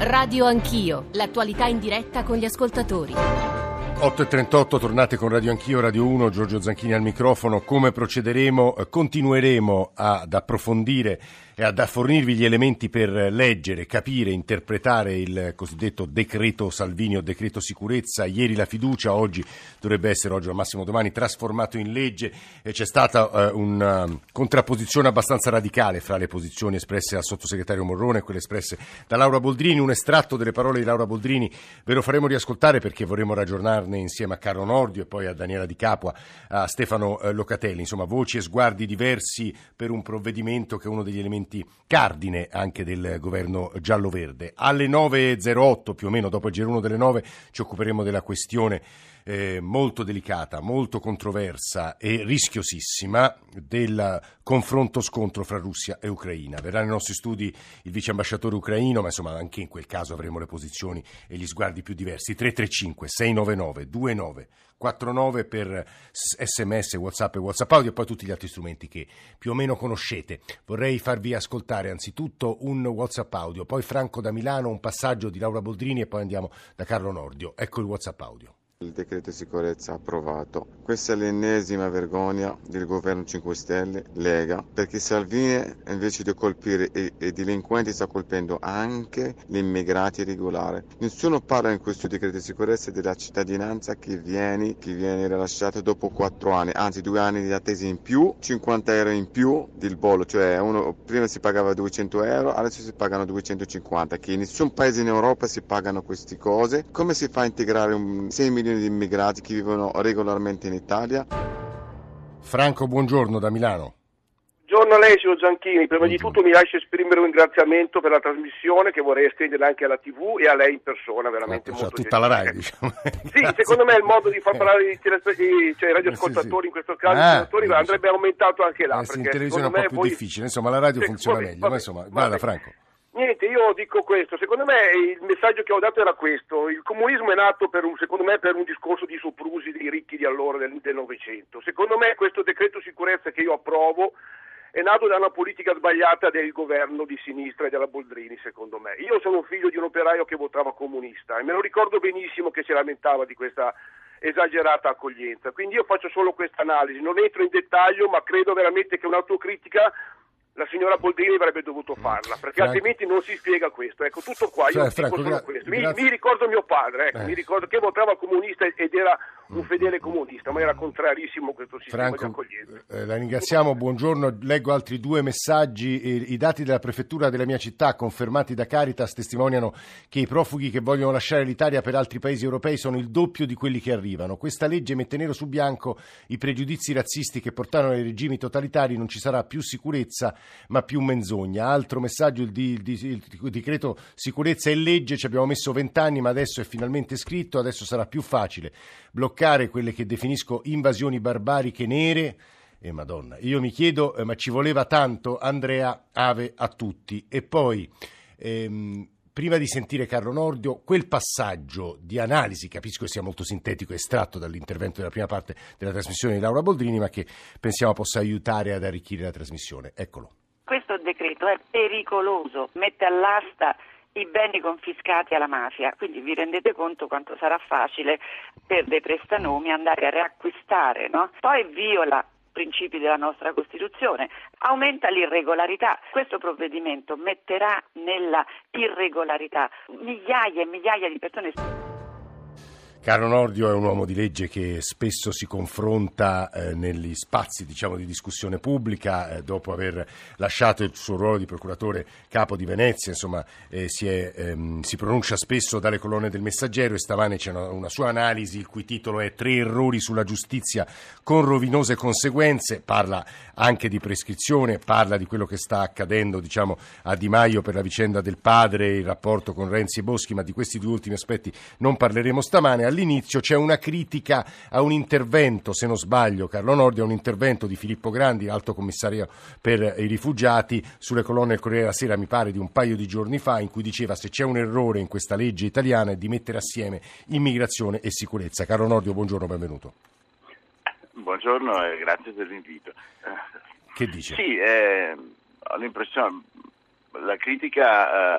Radio Anch'io, l'attualità in diretta con gli ascoltatori. 8.38, tornate con Radio Anch'io, Radio 1, Giorgio Zanchini al microfono. Come procederemo? Continueremo ad approfondire e ad fornirvi gli elementi per leggere, capire, interpretare il cosiddetto decreto Salvini o decreto sicurezza. Ieri la fiducia, oggi dovrebbe essere, oggi al massimo domani, trasformato in legge. E c'è stata una contrapposizione abbastanza radicale fra le posizioni espresse dal sottosegretario Morrone e quelle espresse da Laura Boldrini. Un estratto delle parole di Laura Boldrini ve lo faremo riascoltare perché vorremmo ragionarne insieme a Carlo Nordio e poi a Daniela Di Capua, a Stefano Locatelli. Insomma, voci e sguardi diversi per un provvedimento che è uno degli elementi cardine anche del governo giallo-verde. Alle 9.08 più o meno, dopo il giro 1 delle 9, ci occuperemo della questione molto delicata, molto controversa e rischiosissima del confronto-scontro fra Russia e Ucraina. Verrà nei nostri studi il vice ambasciatore ucraino, ma insomma anche in quel caso avremo le posizioni e gli sguardi più diversi. 335-699-2949 per SMS, WhatsApp e WhatsApp audio e poi tutti gli altri strumenti che più o meno conoscete. Vorrei farvi ascoltare anzitutto un WhatsApp audio, poi Franco da Milano, un passaggio di Laura Boldrini e poi andiamo da Carlo Nordio. Ecco il WhatsApp audio. Il decreto sicurezza approvato. Questa è l'ennesima vergogna del governo 5 Stelle, Lega, perché Salvini invece di colpire i delinquenti sta colpendo anche gli immigrati regolari. Nessuno parla in questo decreto sicurezza della cittadinanza che viene rilasciata dopo 4 anni, anzi 2 anni di attesa in più, 50 euro in più del bollo, cioè prima si pagava 200 euro, adesso si pagano 250, che in nessun paese in Europa si pagano queste cose. Come si fa a integrare 6 milioni di immigrati che vivono regolarmente in Italia? Franco, buongiorno da Milano. Buongiorno a lei, signor Zanchini. Prima di tutto mi lasci esprimere un ringraziamento per la trasmissione che vorrei estendere anche alla TV e a lei in persona, veramente molto tutta la RAI, diciamo. Sì, secondo me è il modo di far parlare i radioascoltatori, sì. In questo caso i senatori, andrebbe aumentato anche là. Perché in televisione è un po' più difficile, insomma la radio funziona meglio, ma insomma, vada Franco. Niente, io dico questo, secondo me il messaggio che ho dato era questo: il comunismo è nato secondo me per un discorso di soprusi dei ricchi di allora del Novecento. Secondo me questo decreto sicurezza che io approvo è nato da una politica sbagliata del governo di sinistra e della Boldrini, secondo me. Io sono figlio di un operaio che votava comunista e me lo ricordo benissimo che si lamentava di questa esagerata accoglienza, quindi io faccio solo questa analisi, non entro in dettaglio, ma credo veramente che un'autocritica la signora Boldrini avrebbe dovuto farla, perché altrimenti non si spiega questo. Ecco, tutto qua, io dico solo questo. Mi ricordo mio padre, mi ricordo che votava comunista ed era un fedele comunista, ma era contrarissimo a questo sistema di accoglienza. La ringraziamo, buongiorno. Leggo altri 2 messaggi. I dati della prefettura della mia città, confermati da Caritas, testimoniano che i profughi che vogliono lasciare l'Italia per altri paesi europei sono il doppio di quelli che arrivano. Questa legge mette nero su bianco i pregiudizi razzisti che portarono ai regimi totalitari. Non ci sarà più sicurezza, ma più menzogna. Altro messaggio: il decreto sicurezza è legge, ci abbiamo messo 20 anni, ma adesso è finalmente scritto, adesso sarà più facile bloccare quelle che definisco invasioni barbariche nere. E Madonna, io mi chiedo, ma ci voleva tanto? Andrea, ave a tutti. E poi prima di sentire Carlo Nordio, quel passaggio di analisi, capisco che sia molto sintetico, estratto dall'intervento della prima parte della trasmissione di Laura Boldrini, ma che pensiamo possa aiutare ad arricchire la trasmissione. Eccolo. Questo decreto è pericoloso, mette all'asta i beni confiscati alla mafia, quindi vi rendete conto quanto sarà facile per dei prestanomi andare a riacquistare, no? Poi viola principi della nostra Costituzione, aumenta l'irregolarità. Questo provvedimento metterà nella irregolarità migliaia e migliaia di persone. Carlo Nordio è un uomo di legge che spesso si confronta negli spazi, diciamo, di discussione pubblica, dopo aver lasciato il suo ruolo di procuratore capo di Venezia, insomma, si pronuncia spesso dalle colonne del Messaggero, e stamane c'è una sua analisi il cui titolo è 3 errori sulla giustizia con rovinose conseguenze. Parla anche di prescrizione, parla di quello che sta accadendo, diciamo, a Di Maio per la vicenda del padre, il rapporto con Renzi e Boschi, ma di questi 2 ultimi aspetti non parleremo stamane. All'inizio c'è una critica a un intervento, se non sbaglio, Carlo Nordio, a un intervento di Filippo Grandi, alto commissario per i rifugiati, sulle colonne del Corriere della Sera, mi pare di un paio di giorni fa, in cui diceva: se c'è un errore in questa legge italiana è di mettere assieme immigrazione e sicurezza. Carlo Nordio, buongiorno, benvenuto. Buongiorno e grazie per l'invito. Che dice? Sì, ho l'impressione, la critica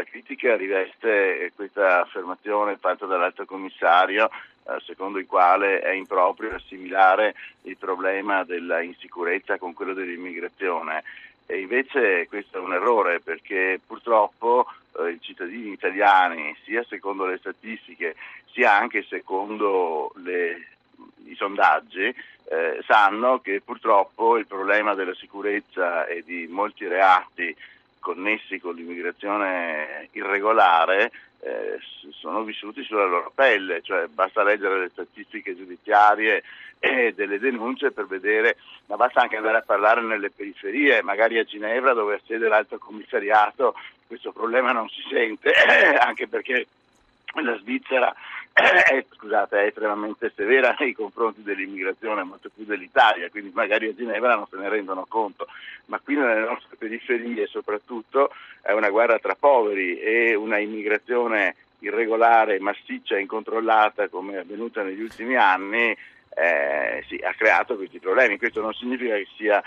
riveste questa affermazione fatta dall'Alto Commissario, secondo il quale è improprio assimilare il problema della insicurezza con quello dell'immigrazione. E invece questo è un errore, perché purtroppo i cittadini italiani, sia secondo le statistiche sia anche secondo i sondaggi, sanno che purtroppo il problema della sicurezza e di molti reati connessi con l'immigrazione irregolare sono vissuti sulla loro pelle, cioè basta leggere le statistiche giudiziarie e delle denunce per vedere, ma basta anche andare a parlare nelle periferie, magari a Ginevra dove ha sede l'Alto Commissariato, questo problema non si sente, anche perché la Svizzera è estremamente severa nei confronti dell'immigrazione, molto più dell'Italia, quindi magari a Ginevra non se ne rendono conto, ma qui nelle nostre periferie soprattutto è una guerra tra poveri e una immigrazione irregolare, massiccia e incontrollata come è avvenuta negli ultimi anni, ha creato questi problemi. Questo non significa che sia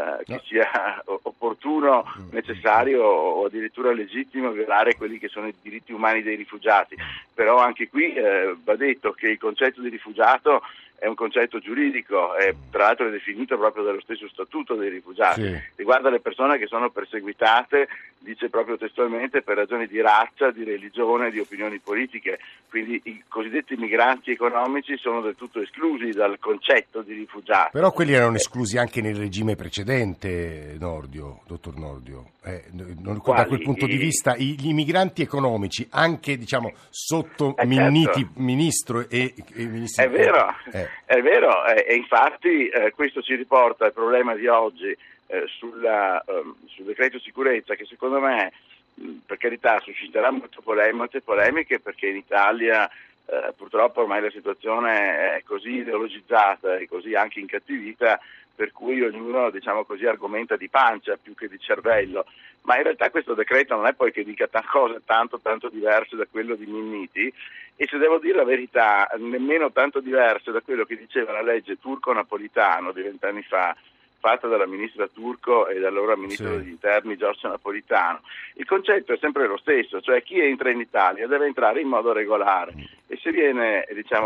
opportuno, necessario o addirittura legittimo violare quelli che sono i diritti umani dei rifugiati, però anche qui va detto che il concetto di rifugiato è un concetto giuridico, tra l'altro è definito proprio dallo stesso statuto dei rifugiati, riguarda le persone che sono perseguitate, dice proprio testualmente, per ragioni di razza, di religione, di opinioni politiche, quindi i cosiddetti migranti economici sono del tutto esclusi dal concetto di rifugiato. Però quelli erano esclusi anche nel regime precedente, dottor Nordio. Da quel punto di vista gli migranti economici, anche sotto ministro e ministri... È vero, e infatti questo ci riporta al problema di oggi sul decreto sicurezza, che secondo me, per carità, susciterà molte polemiche, perché in Italia purtroppo ormai la situazione è così ideologizzata e così anche incattivita, per cui ognuno, argomenta di pancia più che di cervello. Ma in realtà questo decreto non è poi che dica cose tanto diverse da quello di Minniti, e se devo dire la verità, nemmeno tanto diverse da quello che diceva la legge Turco-Napolitano di 20 anni fa, fatta dalla ministra Turco e dall'allora ministro degli interni Giorgio Napolitano. Il concetto è sempre lo stesso, cioè chi entra in Italia deve entrare in modo regolare, e se viene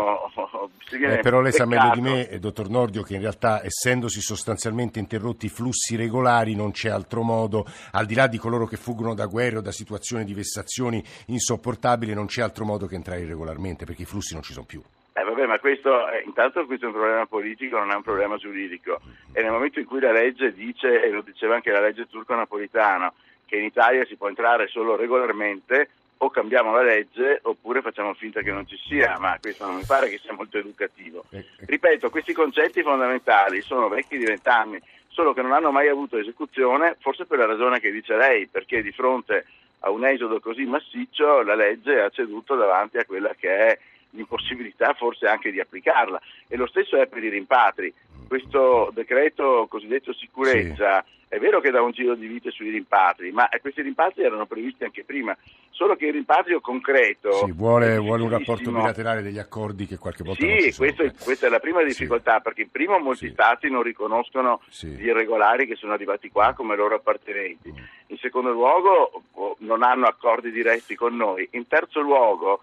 però lei sa meglio di me, dottor Nordio, che in realtà, essendosi sostanzialmente interrotti i flussi regolari, non c'è altro modo, al di là di coloro che fuggono da guerre o da situazioni di vessazioni insopportabili, non c'è altro modo che entrare irregolarmente, perché i flussi non ci sono più. Ma intanto questo è un problema politico, non è un problema giuridico, e nel momento in cui la legge dice, e lo diceva anche la legge turco-napolitano, che in Italia si può entrare solo regolarmente, o cambiamo la legge oppure facciamo finta che non ci sia, ma questo non mi pare che sia molto educativo. Ripeto, questi concetti fondamentali sono vecchi di 20 anni, solo che non hanno mai avuto esecuzione, forse per la ragione che dice lei, perché di fronte a un esodo così massiccio la legge ha ceduto davanti a quella che è l'impossibilità forse anche di applicarla, e lo stesso è per i rimpatri. Questo decreto cosiddetto sicurezza è vero che dà un giro di vite sui rimpatri, ma questi rimpatri erano previsti anche prima, solo che il rimpatrio concreto vuole un rapporto bilaterale degli accordi che qualche volta non ci sono. Questa è la prima difficoltà, perché in primo molti stati non riconoscono gli irregolari che sono arrivati qua come loro appartenenti, in secondo luogo non hanno accordi diretti con noi, in terzo luogo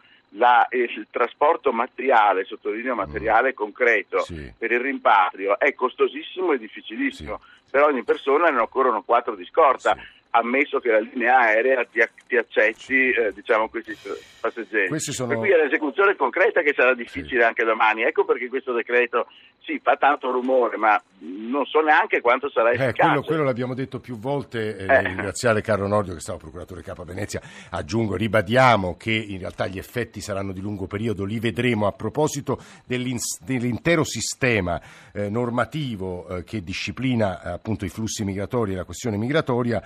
il trasporto materiale, sottolineo materiale concreto, per il rimpatrio è costosissimo e difficilissimo. Per ogni persona ne occorrono 4 di scorta, ammesso che la linea aerea ti accetti questi passeggeri. Per cui è l'esecuzione concreta che sarà difficile anche domani. Ecco perché questo decreto fa tanto rumore, ma non so neanche quanto sarà efficace. Quello l'abbiamo detto più volte, ringraziare Carlo Nordio, che è stato procuratore capo a Venezia. Aggiungo, ribadiamo che in realtà gli effetti saranno di lungo periodo, li vedremo. A proposito dell'intero sistema normativo che disciplina appunto i flussi migratori e la questione migratoria,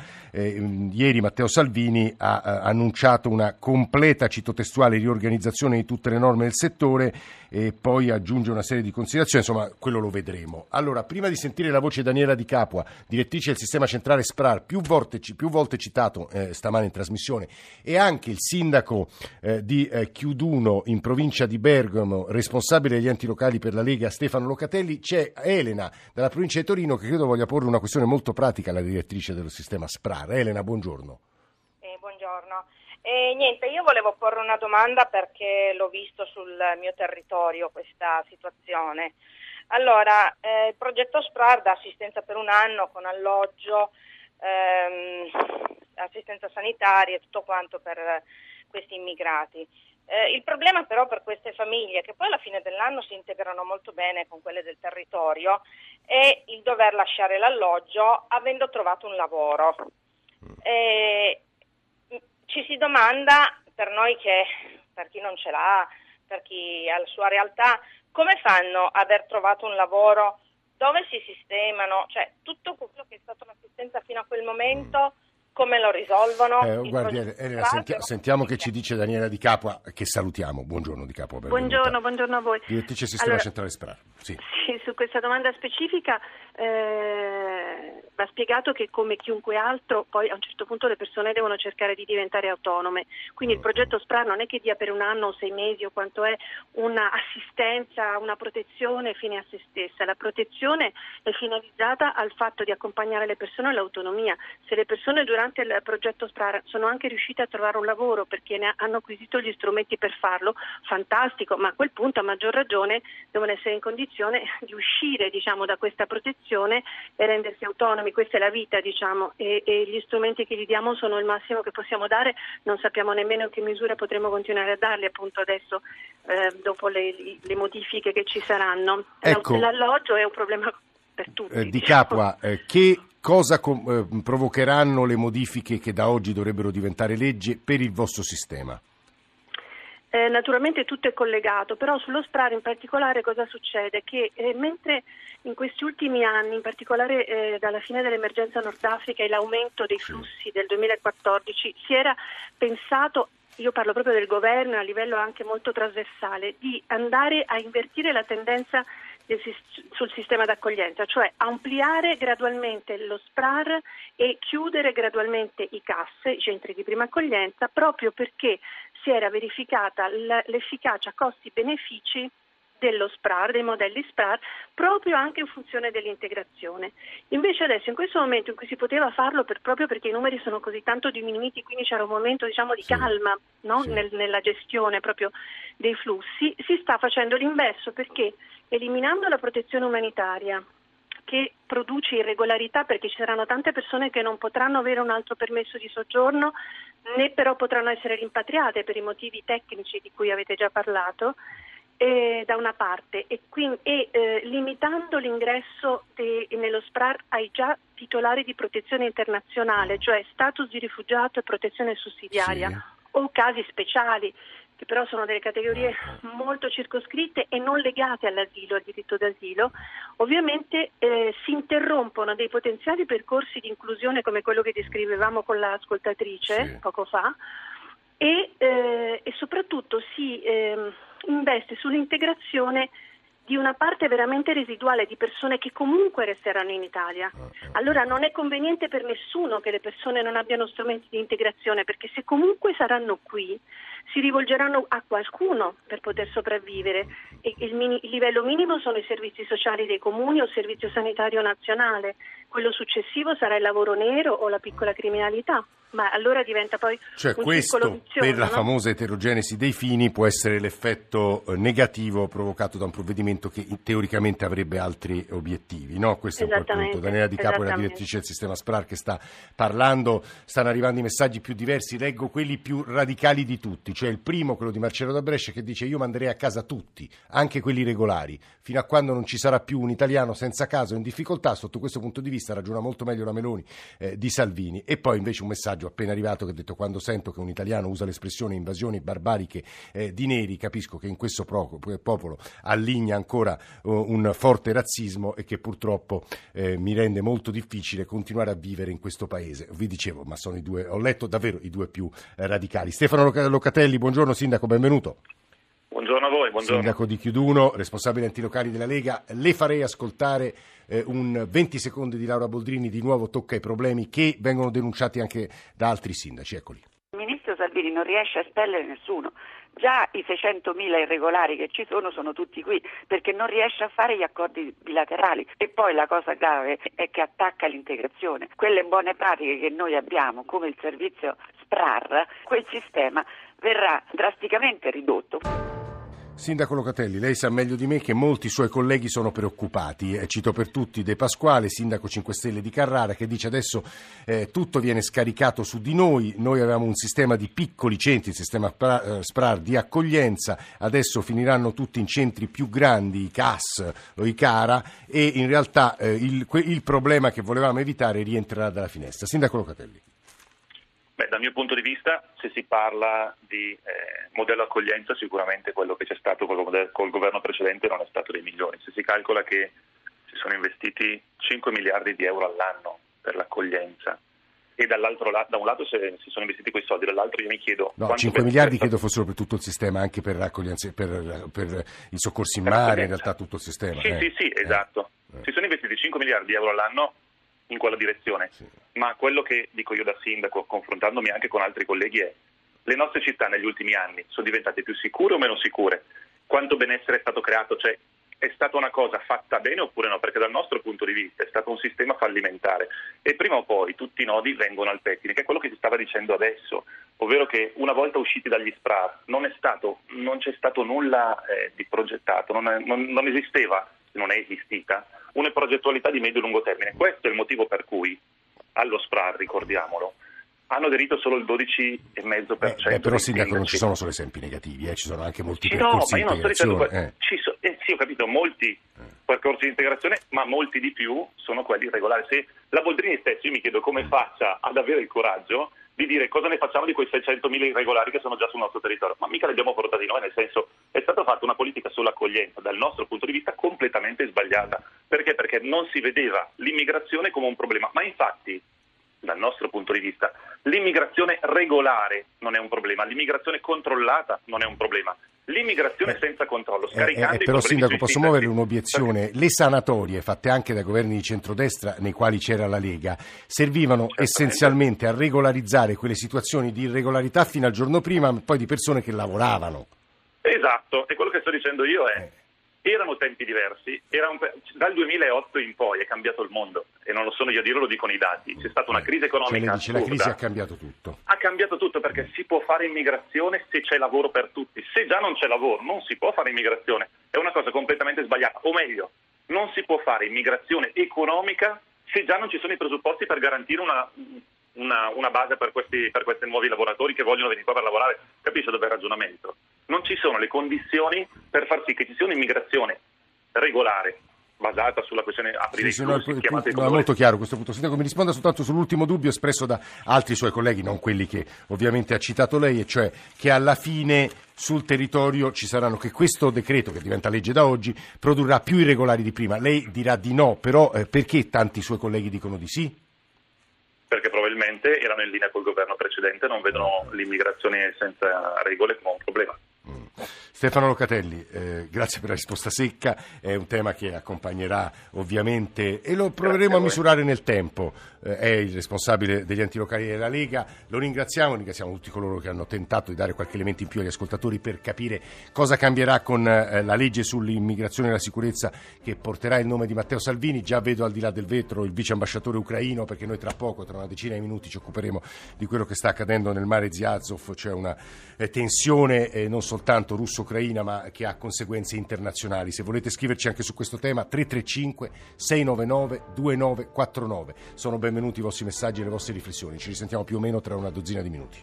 ieri Matteo Salvini ha annunciato una completa, cito testuale, riorganizzazione di tutte le norme del settore, e poi aggiunge una serie di considerazioni, insomma quello lo vedremo. Allora, prima di sentire la voce di Daniela Di Capua, direttrice del sistema centrale SPRAR, più volte citato stamane in trasmissione, e anche il sindaco di Chiuduno in provincia di Bergamo, responsabile degli enti locali per la Lega, Stefano Locatelli, c'è Elena dalla provincia di Torino, che credo voglia porre una questione molto pratica alla direttrice dello sistema SPRAR. Elena, buongiorno. buongiorno. Niente, io volevo porre una domanda perché l'ho visto sul mio territorio questa situazione. Allora, il progetto SPRAR dà assistenza per un anno con alloggio, assistenza sanitaria e tutto quanto per questi immigrati. Il problema però per queste famiglie, che poi alla fine dell'anno si integrano molto bene con quelle del territorio, è il dover lasciare l'alloggio avendo trovato un lavoro. Ci si domanda, per noi per chi non ce l'ha, per chi ha la sua realtà, come fanno ad aver trovato un lavoro, dove si sistemano, cioè tutto quello che è stato l'assistenza fino a quel momento, come lo risolvono? Guardi, Elena, sentiamo che ci dice Daniela Di Capua, che salutiamo. Buongiorno Di Capua. Buongiorno a voi. Direttrice Sistema Centrale SPRAR. Sì, su questa domanda specifica va spiegato che come chiunque altro poi a un certo punto le persone devono cercare di diventare autonome, quindi il progetto SPRAR non è che dia per un anno o 6 mesi o quanto è un'assistenza, una protezione fine a se stessa. La protezione è finalizzata al fatto di accompagnare le persone all'autonomia. Se le persone durante il progetto SPRAR sono anche riuscite a trovare un lavoro perché hanno acquisito gli strumenti per farlo, fantastico, ma a quel punto a maggior ragione devono essere in condizione di uscire, da questa protezione e rendersi autonomi. Questa è la vita, e gli strumenti che gli diamo sono il massimo che possiamo dare. Non sappiamo nemmeno in che misura potremo continuare a darli appunto adesso, dopo le modifiche che ci saranno. Ecco. L'alloggio è un problema per tutti. Di Capua, che cosa provocheranno le modifiche che da oggi dovrebbero diventare legge per il vostro sistema? Naturalmente tutto è collegato, però sullo SPRAR in particolare cosa succede? Che mentre in questi ultimi anni, in particolare dalla fine dell'emergenza Nord Africa e l'aumento dei flussi del 2014, si era pensato, io parlo proprio del governo a livello anche molto trasversale, di andare a invertire la tendenza sul sistema d'accoglienza, cioè ampliare gradualmente lo SPRAR e chiudere gradualmente i CAS, i centri di prima accoglienza, proprio perché si era verificata l'efficacia costi-benefici dello SPRAR, dei modelli SPRAR, proprio anche in funzione dell'integrazione. Invece adesso, in questo momento in cui si poteva farlo proprio perché i numeri sono così tanto diminuiti, quindi c'era un momento di calma, no? Nella gestione proprio dei flussi, si sta facendo l'inverso, perché eliminando la protezione umanitaria che produce irregolarità, perché ci saranno tante persone che non potranno avere un altro permesso di soggiorno, né però potranno essere rimpatriate per i motivi tecnici di cui avete già parlato, da una parte, e limitando l'ingresso nello SPRAR ai già titolari di protezione internazionale, cioè status di rifugiato e protezione sussidiaria, o casi speciali, che però sono delle categorie molto circoscritte e non legate all'asilo, al diritto d'asilo. Ovviamente si interrompono dei potenziali percorsi di inclusione come quello che descrivevamo con l'ascoltatrice poco fa, e soprattutto si investe sull'integrazione di una parte veramente residuale di persone che comunque resteranno in Italia. Allora non è conveniente per nessuno che le persone non abbiano strumenti di integrazione, perché se comunque saranno qui si rivolgeranno a qualcuno per poter sopravvivere, e il livello minimo sono i servizi sociali dei comuni o il servizio sanitario nazionale, quello successivo sarà il lavoro nero o la piccola criminalità. Ma allora diventa poi un questo vizioso, per la famosa eterogenesi dei fini può essere l'effetto negativo provocato da un provvedimento che teoricamente avrebbe altri obiettivi, no? Questo è un po' il punto. Daniela Di Capua è la direttrice del sistema SPRAR che sta parlando. Stanno arrivando i messaggi più diversi, leggo quelli più radicali di tutti, cioè il primo, quello di Marcello da Brescia, che dice: io manderei a casa tutti, anche quelli regolari, fino a quando non ci sarà più un italiano senza casa o in difficoltà. Sotto questo punto di vista ragiona molto meglio la Meloni di Salvini. E poi invece un messaggio appena arrivato che ha detto: quando sento che un italiano usa l'espressione invasioni barbariche di neri, capisco che in questo popolo alligna ancora un forte razzismo e che purtroppo mi rende molto difficile continuare a vivere in questo paese. Vi dicevo, ma sono ho letto davvero i due più radicali. Stefano Locatelli, buongiorno sindaco, benvenuto. Buongiorno a voi, buongiorno. Sindaco di Chiuduno, responsabile enti locali della Lega. Le farei ascoltare un 20 secondi di Laura Boldrini, di nuovo tocca i problemi che vengono denunciati anche da altri sindaci. Eccoli. Il ministro Matteo Salvini non riesce a espellere nessuno. Già i 600.000 irregolari che ci sono tutti qui, perché non riesce a fare gli accordi bilaterali. E poi la cosa grave è che attacca l'integrazione. Quelle buone pratiche che noi abbiamo, come il servizio SPRAR, quel sistema verrà drasticamente ridotto. Sindaco Locatelli, lei sa meglio di me che molti suoi colleghi sono preoccupati. Cito per tutti De Pasquale, sindaco 5 Stelle di Carrara, che dice adesso tutto viene scaricato su di noi. Noi avevamo un sistema di piccoli centri, il sistema SPRAR di accoglienza, adesso finiranno tutti in centri più grandi, i CAS o i CARA, e in realtà il problema che volevamo evitare rientrerà dalla finestra. Sindaco Locatelli. Beh, dal mio punto di vista, se si parla di modello accoglienza, sicuramente quello che c'è stato col governo precedente non è stato dei migliori. Se si calcola che si sono investiti 5 miliardi di euro all'anno per l'accoglienza e dall'altro lato, da un lato si sono investiti quei soldi, dall'altro io mi chiedo... No, 5 miliardi credo fossero per tutto il sistema, anche per l'accoglienza, per i soccorsi in mare, in realtà tutto il sistema. Sì, esatto. Si sono investiti 5 miliardi di euro all'anno in quella direzione, sì. Ma quello che dico io da sindaco, confrontandomi anche con altri colleghi, è: le nostre città negli ultimi anni sono diventate più sicure o meno sicure? Quanto benessere è stato creato? Cioè, è stata una cosa fatta bene oppure no? Perché dal nostro punto di vista è stato un sistema fallimentare, e prima o poi tutti i nodi vengono al pettine, che è quello che si stava dicendo adesso, ovvero che una volta usciti dagli SPRAR non c'è stato nulla di progettato, non esisteva, non è esistita una progettualità di medio e lungo termine. Questo è il motivo per cui allo SPRAR, ricordiamolo, hanno aderito solo il 12,5%. Però sindaco, non ci sono solo esempi negativi, ci sono anche molti percorsi di integrazione. Sì, ho capito, molti percorsi di integrazione, ma molti di più sono quelli irregolari. Se la Boldrini stesso, io mi chiedo come faccia ad avere il coraggio di dire cosa ne facciamo di quei 600.000 irregolari che sono già sul nostro territorio, ma mica li abbiamo portati noi, nel senso, è stata fatta una politica sull'accoglienza dal nostro punto di vista completamente sbagliata. Perché? Perché non si vedeva l'immigrazione come un problema, ma infatti dal nostro punto di vista l'immigrazione regolare non è un problema, l'immigrazione controllata non è un problema, l'immigrazione senza controllo, scaricando i però problemi sindaco, posso muovere un'obiezione? Le sanatorie fatte anche dai governi di centrodestra, nei quali c'era la Lega, servivano essenzialmente a regolarizzare quelle situazioni di irregolarità fino al giorno prima, poi di persone che lavoravano. Esatto, e quello che sto dicendo io è: erano tempi diversi, dal 2008 in poi è cambiato il mondo, e non lo sono io a dirlo, lo dicono i dati. C'è stata una crisi economica assurda. La crisi ha cambiato tutto. Ha cambiato tutto, perché si può fare immigrazione se c'è lavoro per tutti. Se già non c'è lavoro, non si può fare immigrazione. È una cosa completamente sbagliata. O meglio, non si può fare immigrazione economica se già non ci sono i presupposti per garantire una base per questi nuovi lavoratori che vogliono venire qua per lavorare. Capisce dov'è il ragionamento? Non ci sono le condizioni per far sì che ci sia un'immigrazione regolare, basata sulla questione aprire i flussi, è molto chiaro questo punto. Sindaco, mi risponda soltanto sull'ultimo dubbio espresso da altri suoi colleghi, non quelli che ovviamente ha citato lei, e cioè che alla fine sul territorio ci saranno, che questo decreto, che diventa legge da oggi, produrrà più irregolari di prima. Lei dirà di no, però perché tanti suoi colleghi dicono di sì? Perché probabilmente erano in linea col governo precedente, non vedono l'immigrazione senza regole come un problema. Stefano Locatelli, grazie per la risposta secca, è un tema che accompagnerà ovviamente e lo proveremo a misurare nel tempo. È il responsabile degli enti locali della Lega, lo ringraziamo tutti coloro che hanno tentato di dare qualche elemento in più agli ascoltatori per capire cosa cambierà con la legge sull'immigrazione e la sicurezza che porterà il nome di Matteo Salvini. Già vedo al di là del vetro il vice ambasciatore ucraino, perché noi tra una decina di minuti ci occuperemo di quello che sta accadendo nel mare di Azov, cioè una tensione non soltanto russo-ucraina ma che ha conseguenze internazionali. Se volete scriverci anche su questo tema, 335 699 2949, sono benvenuti i vostri messaggi e le vostre riflessioni. Ci risentiamo più o meno tra una dozzina di minuti.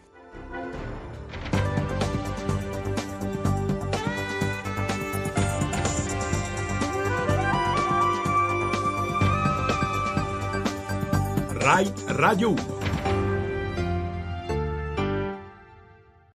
Rai Radio 1.